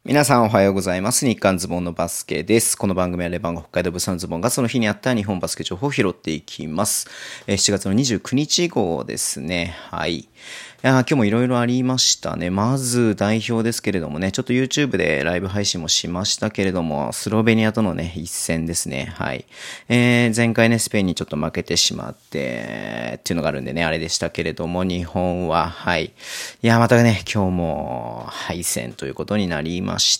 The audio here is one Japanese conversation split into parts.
皆さんおはようございます。日刊ズボンのバスケです。この番組はレバンガ北海道物産ズボンがその日にあった日本バスケ情報を拾っていきます。7月の29日号ですね。はい。今日もいろいろありましたね。まず代表ですけれどもね、ちょっと YouTube でライブ配信もしましたけれども、スロベニアとのね、一戦ですね。はい。前回ね、スペインにちょっと負けてしまって、っていうのがあるんでね、あれでしたけれども、日本は、はい。いや、またね、今日も敗戦ということになりました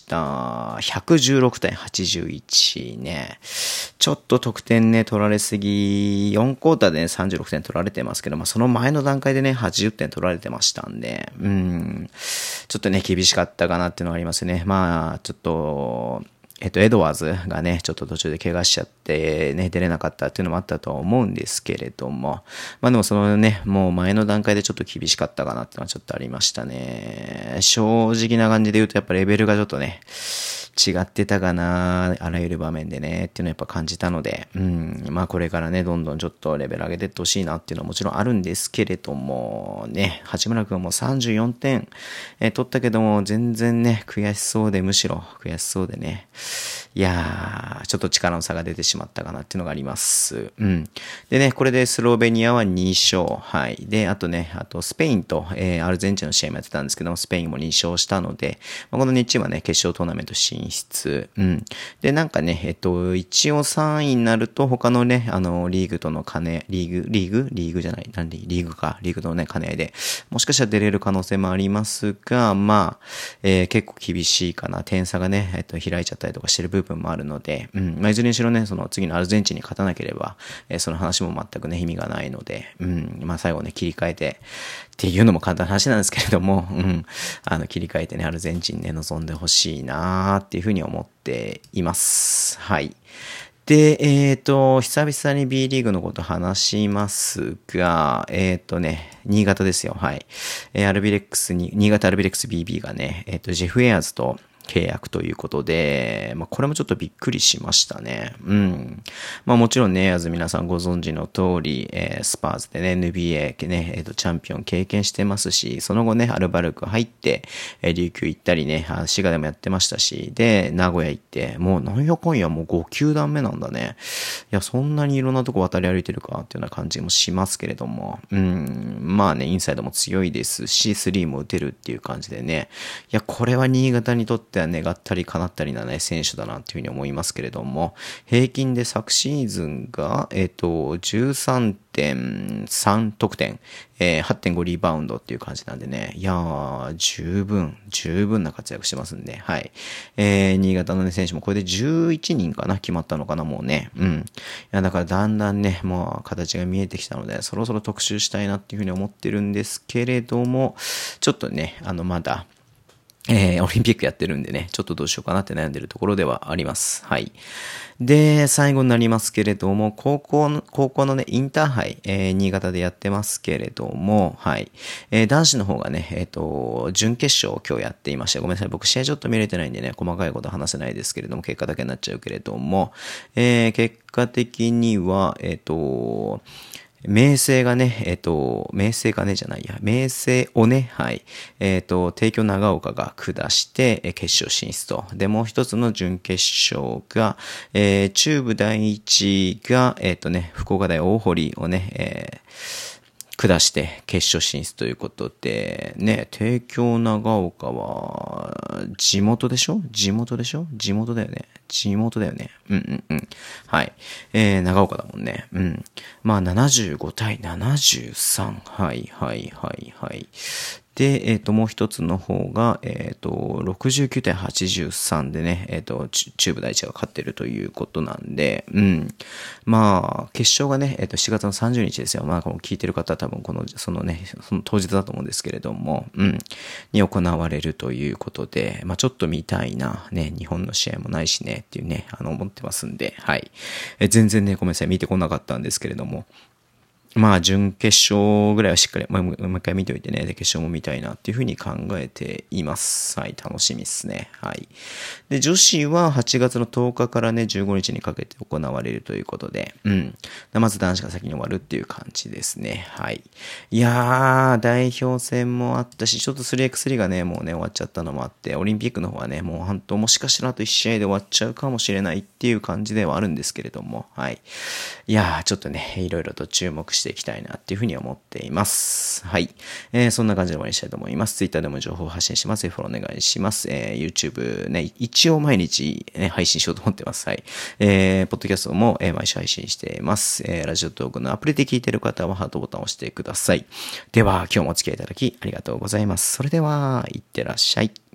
。116対81ね。ちょっと得点ね、取られすぎ、4クォーターでね、36点取られてますけど、その前の段階でね、80点取られてましたんで、ちょっとね、厳しかったかなっていうのはありますね。ちょっと、エドワーズがね、ちょっと途中で怪我しちゃってね、出れなかったっていうのもあったとは思うんですけれども、でもそのね、もう前の段階でちょっと厳しかったかなっていうのはちょっとありましたね。正直な感じで言うとやっぱレベルがちょっとね、違ってたかな、あらゆる場面でね、っていうのをやっぱ感じたので、これからね、どんどんちょっとレベル上げていってほしいなっていうのはもちろんあるんですけれども、ね、八村君はもう34点、取ったけども、全然ね、悔しそうで、むしろ悔しそうでね、いやー、ちょっと力の差が出てしまったかなっていうのがあります。でね、これでスロベニアは2勝。はい。で、あとスペインと、アルゼンチンの試合もやってたんですけども、スペインも2勝したので、この2チームはね、決勝トーナメント進出。で、一応3位になると、他のね、リーグとのリーグじゃない、リーグとのね、兼ね合いで、もしかしたら出れる可能性もありますが、結構厳しいかな。点差がね、開いちゃったりとかしてる部分もあるので、いずれにしろね、その次のアルゼンチンに勝たなければ、その話も全くね、意味がないので、最後ね、切り替えて、っていうのも簡単な話なんですけれども、切り替えてね、アルゼンチンね、臨んでほしいなーっていうふうに思っています。はい。で、久々に B リーグのこと話しますが、新潟ですよ。はい。新潟アルビレックス BB がね、ジェフ・エアーズと契約ということで、これもちょっとびっくりしましたね。もちろんね、エアーズ皆さんご存知の通り、スパーズでね、NBA ね、チャンピオン経験してますし、その後ね、アルバルク入って、琉球行ったりね、滋賀でもやってましたし、で、名古屋行って、もうなんやかんやもう5球団目なんだね。いや、そんなにいろんなとこ渡り歩いてるかっていうような感じもしますけれども、インサイドも強いですし、スリーも打てるっていう感じでね、いや、これは新潟にとっては願ったり叶ったりなね、選手だなっていうふうに思いますけれども、平均で昨シーズンが、13.3 得点、8.5 リバウンドっていう感じなんでね、いやー、十分な活躍してますんで、はい。新潟のね、選手もこれで11人かな、決まったのかな、もうね。いや、だからだんだんね、もう形が見えてきたので、そろそろ特集したいなっていうふうに思ってるんですけれども、ちょっとね、まだ、オリンピックやってるんでね、ちょっとどうしようかなって悩んでるところではあります。はい。で、最後になりますけれども、高校のね、インターハイ、新潟でやってますけれども、はい。男子の方がね、準決勝を今日やっていまして、ごめんなさい、僕試合ちょっと見れてないんでね、細かいこと話せないですけれども、結果だけになっちゃうけれども、結果的には、明星がね、明星がねじゃないや、明星をね、はい、帝京長岡が下して、決勝進出と。で、もう一つの準決勝が、中部第一が、福岡大大堀をね、下して決勝進出ということで、ね、帝京長岡は、地元でしょ地元だよね。はい。長岡だもんね。75対73。はい。で、もう一つの方が、69対83でね、中部第一が勝ってるということなんで、決勝がね、7月の30日ですよ。この聞いてる方は多分その当日だと思うんですけれども、に行われるということで、ちょっと見たいな、ね、日本の試合もないしね、っていうね、思ってますんで、はい。全然ね、ごめんなさい、見てこなかったんですけれども、 まあ、準決勝ぐらいはしっかり、もう一回見ておいてね、で、決勝も見たいなっていうふうに考えています。はい、楽しみですね。はい。で、女子は8月の10日からね、15日にかけて行われるということで、まず男子が先に終わるっていう感じですね。はい。いやー、代表戦もあったし、ちょっと 3x3 がね、もうね、終わっちゃったのもあって、オリンピックの方はね、もう半島もしかしたらあと1試合で終わっちゃうかもしれないっていう感じではあるんですけれども、はい。いやー、ちょっとね、いろいろと注目していきたいなっていうふうに思っています。はい。そんな感じで終わりにしたいと思います。Twitter でも情報を発信します。フォローお願いします。YouTube ね、一応毎日、ね、配信しようと思ってます。はい。ポッドキャストも、毎週配信しています。ラジオトークのアプリで聞いている方はハートボタンを押してください。では、今日もお付き合いいただきありがとうございます。それでは、いってらっしゃい。